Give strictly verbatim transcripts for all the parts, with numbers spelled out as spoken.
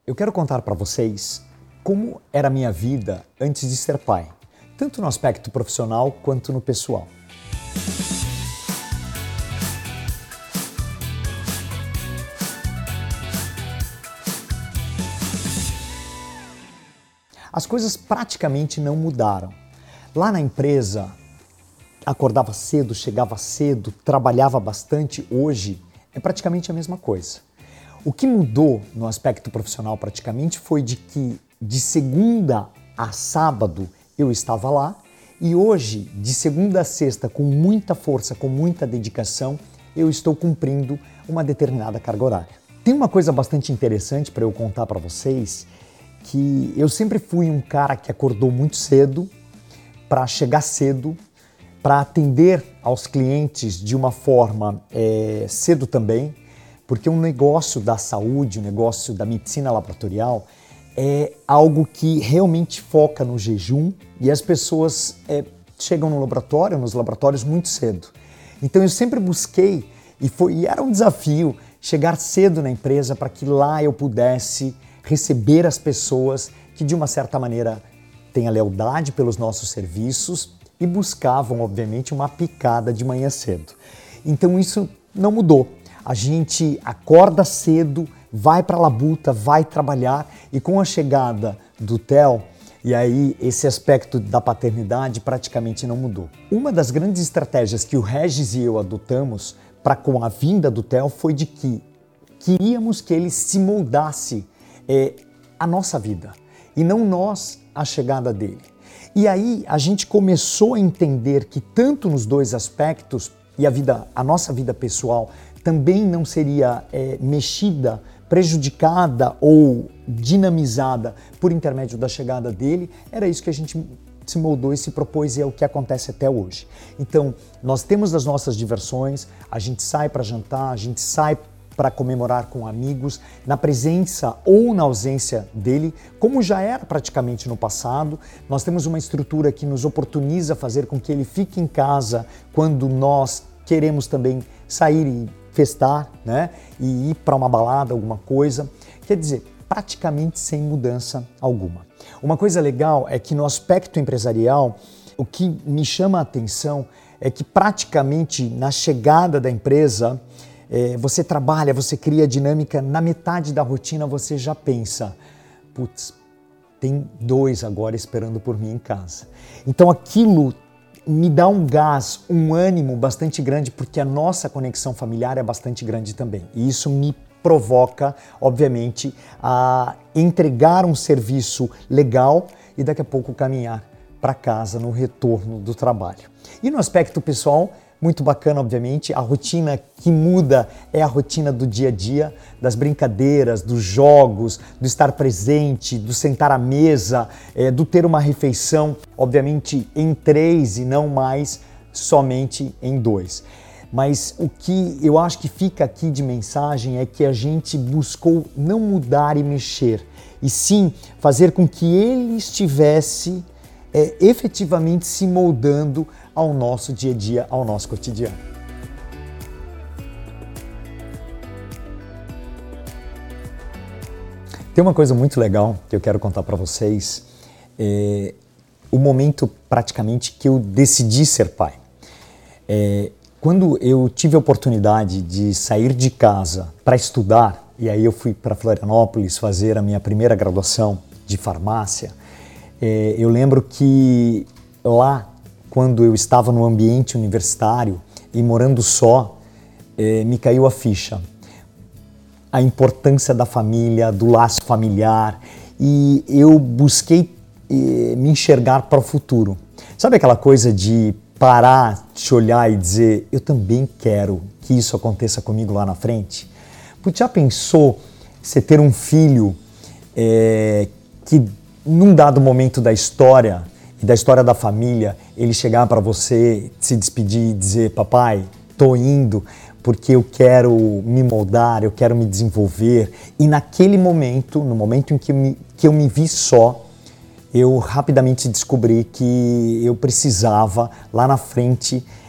Eu quero contar para vocês como era a minha vida antes de ser pai, tanto no aspecto profissional quanto no pessoal. As coisas praticamente não mudaram. Lá na empresa, acordava cedo, chegava cedo, trabalhava bastante. Hoje é praticamente a mesma coisa. O que mudou no aspecto profissional praticamente foi de que de segunda a sábado eu estava lá e hoje, de segunda a sexta, com muita força, com muita dedicação, eu estou cumprindo uma determinada carga horária. Tem uma coisa bastante interessante para eu contar para vocês, que eu sempre fui um cara que acordou muito cedo para chegar cedo, para atender aos clientes de uma forma é, cedo também, porque um negócio da saúde, um negócio da medicina laboratorial é algo que realmente foca no jejum e as pessoas é, chegam no laboratório, nos laboratórios muito cedo. Então eu sempre busquei, e, foi, e era um desafio, chegar cedo na empresa para que lá eu pudesse receber as pessoas que de uma certa maneira têm a lealdade pelos nossos serviços e buscavam, obviamente, uma picada de manhã cedo. Então isso não mudou. A gente acorda cedo, vai para a labuta, vai trabalhar e com a chegada do Theo, e aí esse aspecto da paternidade praticamente não mudou. Uma das grandes estratégias que o Regis e eu adotamos para com a vinda do Theo foi de que queríamos que ele se moldasse é, a nossa vida e não nós a chegada dele. E aí a gente começou a entender que tanto nos dois aspectos, e a, vida, a nossa vida pessoal também não seria é, mexida, prejudicada ou dinamizada por intermédio da chegada dele, era isso que a gente se moldou e se propôs e é o que acontece até hoje. Então, nós temos as nossas diversões, a gente sai para jantar, a gente sai para comemorar com amigos, na presença ou na ausência dele, como já era praticamente no passado. Nós temos uma estrutura que nos oportuniza fazer com que ele fique em casa quando nós queremos também sair e festar, né? E ir para uma balada, alguma coisa. Quer dizer, praticamente sem mudança alguma. Uma coisa legal é que no aspecto empresarial, o que me chama a atenção é que praticamente na chegada da empresa, É, você trabalha, você cria dinâmica, na metade da rotina você já pensa, putz, tem dois agora esperando por mim em casa. Então aquilo me dá um gás, um ânimo bastante grande, porque a nossa conexão familiar é bastante grande também. E isso me provoca, obviamente, a entregar um serviço legal e daqui a pouco caminhar para casa no retorno do trabalho. E no aspecto pessoal, muito bacana, obviamente, a rotina que muda é a rotina do dia a dia, das brincadeiras, dos jogos, do estar presente, do sentar à mesa, é, do ter uma refeição, obviamente, em três e não mais somente em dois. Mas o que eu acho que fica aqui de mensagem é que a gente buscou não mudar e mexer, e sim fazer com que ele estivesse é, efetivamente se moldando ao nosso dia a dia, ao nosso cotidiano. Tem uma coisa muito legal que eu quero contar para vocês, é, o momento praticamente que eu decidi ser pai. É, quando eu tive a oportunidade de sair de casa para estudar, e aí eu fui para Florianópolis fazer a minha primeira graduação de farmácia, é, eu lembro que lá, quando eu estava no ambiente universitário e morando só, eh, me caiu a ficha. A importância da família, do laço familiar, e eu busquei eh, me enxergar para o futuro. Sabe aquela coisa de parar, te olhar e dizer, eu também quero que isso aconteça comigo lá na frente? Porque já pensou você ter um filho eh, que num dado momento da história, e da história da família, ele chegar para você, se despedir e dizer, papai, tô indo porque eu quero me moldar, eu quero me desenvolver. E naquele momento, no momento em que eu me, que eu me vi só, eu rapidamente descobri que eu precisava, lá na frente,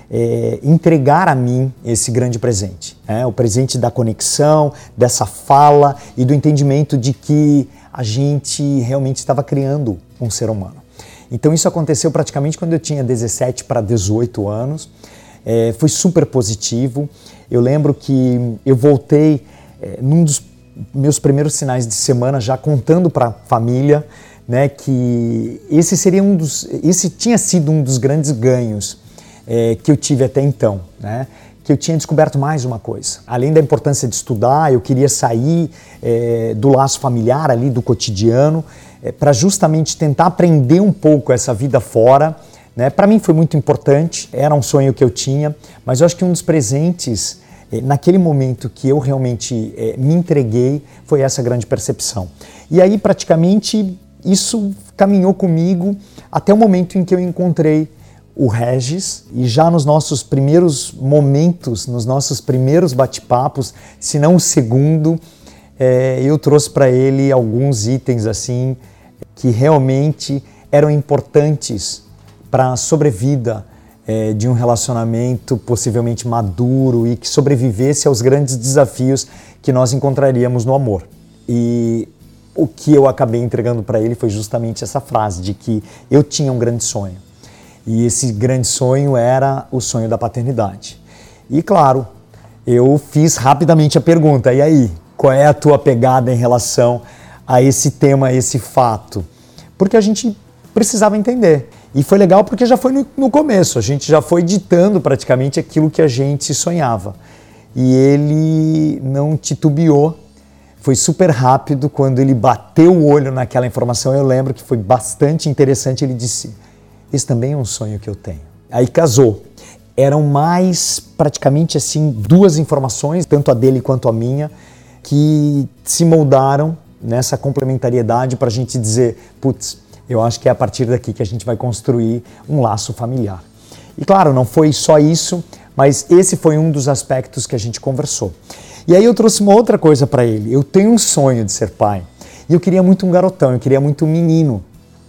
é, entregar a mim esse grande presente, né? O presente da conexão, dessa fala e do entendimento de que a gente realmente estava criando um ser humano. Então isso aconteceu praticamente quando eu tinha dezessete para dezoito anos, é, foi super positivo. Eu lembro que eu voltei é, num dos meus primeiros finais de semana já contando para a família, né, que esse seria um dos, esse tinha sido um dos grandes ganhos é, que eu tive até então, né, que eu tinha descoberto mais uma coisa. Além da importância de estudar, eu queria sair é, do laço familiar ali, do cotidiano, é, para justamente tentar aprender um pouco essa vida fora, né. Para mim foi muito importante, era um sonho que eu tinha, mas eu acho que um dos presentes é, naquele momento que eu realmente é, me entreguei foi essa grande percepção. E aí praticamente isso caminhou comigo até o momento em que eu encontrei o Regis, e já nos nossos primeiros momentos, nos nossos primeiros bate-papos, se não o segundo, é, eu trouxe para ele alguns itens assim que realmente eram importantes para a sobrevida é, de um relacionamento possivelmente maduro e que sobrevivesse aos grandes desafios que nós encontraríamos no amor. E o que eu acabei entregando para ele foi justamente essa frase de que eu tinha um grande sonho. E esse grande sonho era o sonho da paternidade. E claro, eu fiz rapidamente a pergunta, e aí, qual é a tua pegada em relação a esse tema, a esse fato? Porque a gente precisava entender. E foi legal porque já foi no, no começo, a gente já foi ditando praticamente aquilo que a gente sonhava. E ele não titubeou. Foi super rápido, quando ele bateu o olho naquela informação, eu lembro que foi bastante interessante, ele disse, esse também é um sonho que eu tenho. Aí casou. Eram mais praticamente assim duas informações, tanto a dele quanto a minha, que se moldaram nessa complementariedade para a gente dizer, putz, eu acho que é a partir daqui que a gente vai construir um laço familiar. E claro, não foi só isso, mas esse foi um dos aspectos que a gente conversou. E aí eu trouxe uma outra coisa para ele. Eu tenho um sonho de ser pai. E eu queria muito um garotão, eu queria muito um menino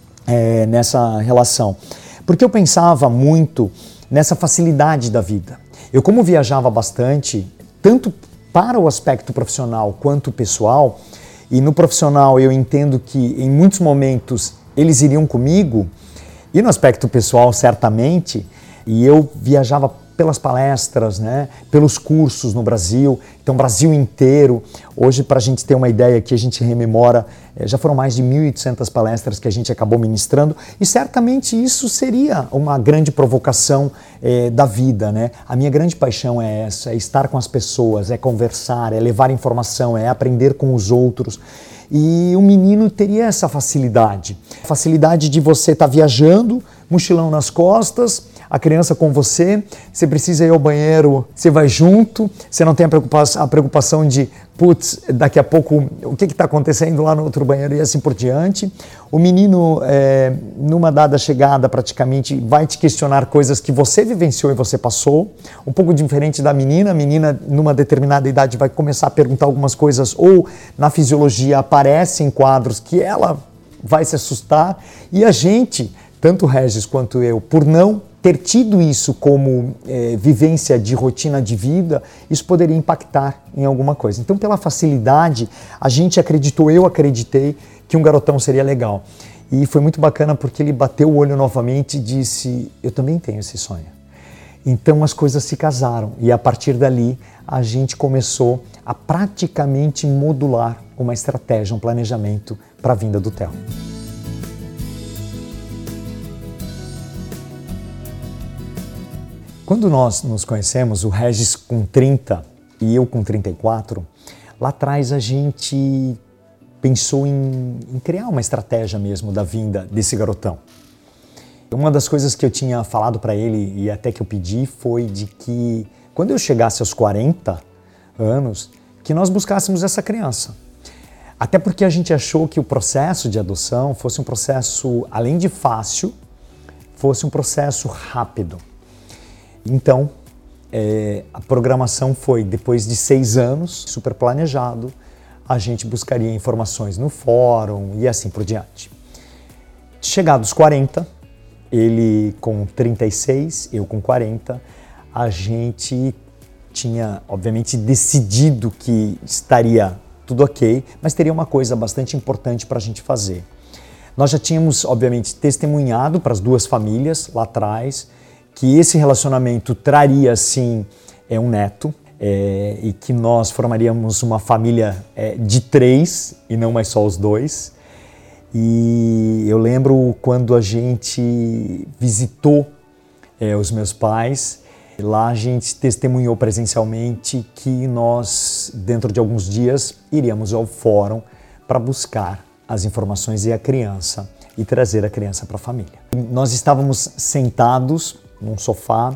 é, nessa relação. Porque eu pensava muito nessa facilidade da vida. Eu, como viajava bastante, tanto para o aspecto profissional quanto pessoal, e no profissional eu entendo que em muitos momentos eles iriam comigo, e no aspecto pessoal certamente, e eu viajava pelas palestras, né, pelos cursos no Brasil, então Brasil inteiro. Hoje, para a gente ter uma ideia que a gente rememora, já foram mais de mil e oitocentas palestras que a gente acabou ministrando, e certamente isso seria uma grande provocação é, da vida, né? A minha grande paixão é essa, é estar com as pessoas, é conversar, é levar informação, é aprender com os outros. E o menino teria essa facilidade, facilidade de você estar tá viajando, mochilão nas costas, a criança com você, você precisa ir ao banheiro, você vai junto, você não tem a preocupação, a preocupação de, putz, daqui a pouco, o que está acontecendo lá no outro banheiro e assim por diante. O menino, é, numa dada chegada, praticamente, vai te questionar coisas que você vivenciou e você passou, um pouco diferente da menina. A menina, numa determinada idade, vai começar a perguntar algumas coisas, ou na fisiologia aparecem quadros que ela vai se assustar, e a gente, tanto o Regis quanto eu, por não ter tido isso como é, vivência de rotina de vida, isso poderia impactar em alguma coisa. Então, pela facilidade, a gente acreditou, eu acreditei, que um garotão seria legal. E foi muito bacana porque ele bateu o olho novamente e disse, eu também tenho esse sonho. Então as coisas se casaram e a partir dali a gente começou a praticamente modular uma estratégia, um planejamento para a vinda do Theo. Quando nós nos conhecemos, o Regis com trinta e eu com trinta e quatro, lá atrás a gente pensou em, em criar uma estratégia mesmo da vinda desse garotão. Uma das coisas que eu tinha falado para ele e até que eu pedi foi de que quando eu chegasse aos quarenta anos, que nós buscássemos essa criança. Até porque a gente achou que o processo de adoção fosse um processo, além de fácil, fosse um processo rápido. Então, é, a programação foi, depois de seis anos, super planejado, a gente buscaria informações no fórum e assim por diante. Chegados quarenta, ele com trinta e seis, eu com quarenta, a gente tinha, obviamente, decidido que estaria tudo ok, mas teria uma coisa bastante importante para a gente fazer. Nós já tínhamos, obviamente, testemunhado para as duas famílias lá atrás que esse relacionamento traria, sim, é, um neto é, e que nós formaríamos uma família é, de três e não mais só os dois. E eu lembro quando a gente visitou é, os meus pais. Lá a gente testemunhou presencialmente que nós, dentro de alguns dias, iríamos ao fórum para buscar as informações e a criança e trazer a criança para a família. Nós estávamos sentados num sofá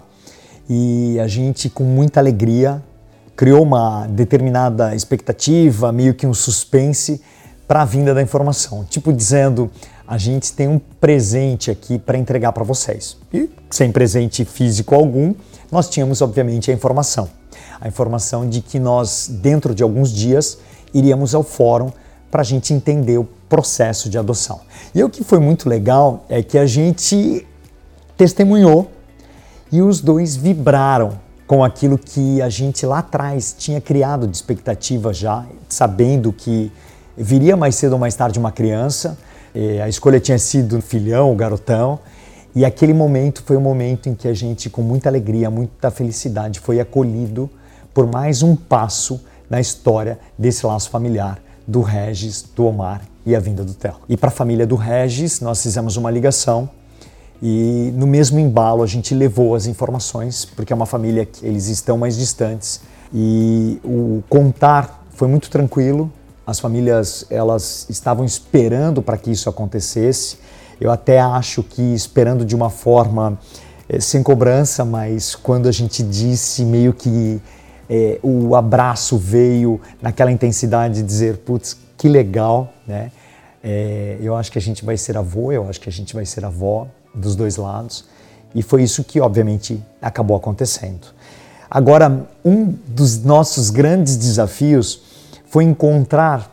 e a gente, com muita alegria, criou uma determinada expectativa, meio que um suspense para a vinda da informação. Tipo dizendo, a gente tem um presente aqui para entregar para vocês. E sem presente físico algum, nós tínhamos, obviamente, a informação. A informação de que nós, dentro de alguns dias, iríamos ao fórum para a gente entender o processo de adoção. E o que foi muito legal é que a gente testemunhou e os dois vibraram com aquilo que a gente lá atrás tinha criado de expectativa já, sabendo que viria mais cedo ou mais tarde uma criança. A escolha tinha sido o filhão, o garotão. E aquele momento foi o momento em que a gente, com muita alegria, muita felicidade, foi acolhido por mais um passo na história desse laço familiar do Regis, do Omar e a vinda do Theo. E para a família do Regis, nós fizemos uma ligação e no mesmo embalo a gente levou as informações, porque é uma família que eles estão mais distantes. E o contar foi muito tranquilo, as famílias elas estavam esperando para que isso acontecesse. Eu até acho que esperando de uma forma é, sem cobrança, mas quando a gente disse meio que é, o abraço veio naquela intensidade de dizer, putz, que legal, né? É, eu acho que a gente vai ser avô, eu acho que a gente vai ser avó dos dois lados. E foi isso que, obviamente, acabou acontecendo. Agora, um dos nossos grandes desafios foi encontrar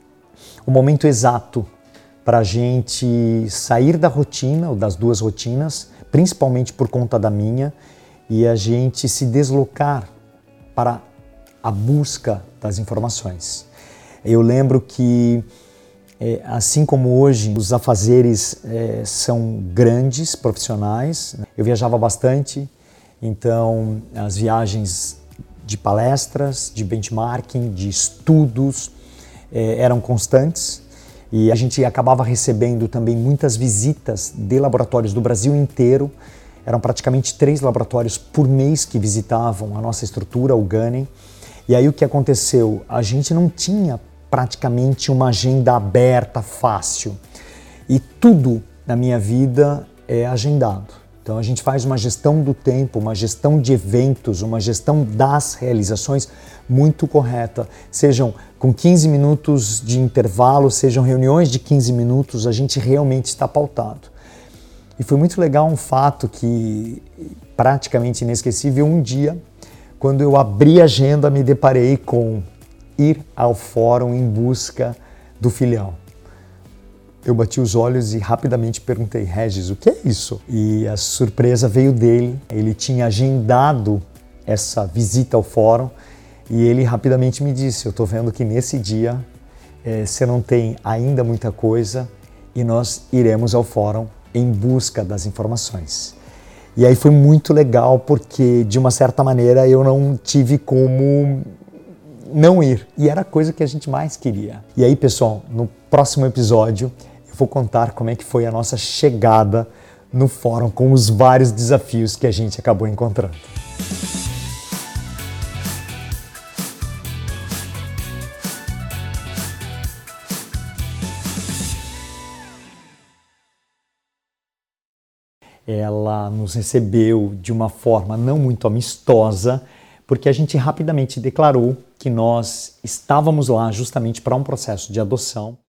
o momento exato para a gente sair da rotina, ou das duas rotinas, principalmente por conta da minha, e a gente se deslocar para a busca das informações. Eu lembro que, assim como hoje, os afazeres são grandes, profissionais. Eu viajava bastante, então as viagens de palestras, de benchmarking, de estudos eram constantes. E a gente acabava recebendo também muitas visitas de laboratórios do Brasil inteiro. Eram praticamente três laboratórios por mês que visitavam a nossa estrutura, o Gunning. E aí o que aconteceu? A gente não tinha praticamente uma agenda aberta, fácil. E tudo na minha vida é agendado. Então a gente faz uma gestão do tempo, uma gestão de eventos, uma gestão das realizações muito correta. Sejam com quinze minutos de intervalo, sejam reuniões de quinze minutos, a gente realmente está pautado. E foi muito legal um fato que praticamente inesquecível. Um dia, quando eu abri a agenda, me deparei com ir ao fórum em busca do filhão. Eu bati os olhos e rapidamente perguntei, Regis, o que é isso? E a surpresa veio dele. Ele tinha agendado essa visita ao fórum e ele rapidamente me disse, eu estou vendo que nesse dia é, você não tem ainda muita coisa e nós iremos ao fórum em busca das informações. E aí foi muito legal porque, de uma certa maneira, eu não tive como não ir. E era a coisa que a gente mais queria. E aí, pessoal, no próximo episódio, eu vou contar como é que foi a nossa chegada no fórum com os vários desafios que a gente acabou encontrando. Ela nos recebeu de uma forma não muito amistosa, porque a gente rapidamente declarou que nós estávamos lá justamente para um processo de adoção.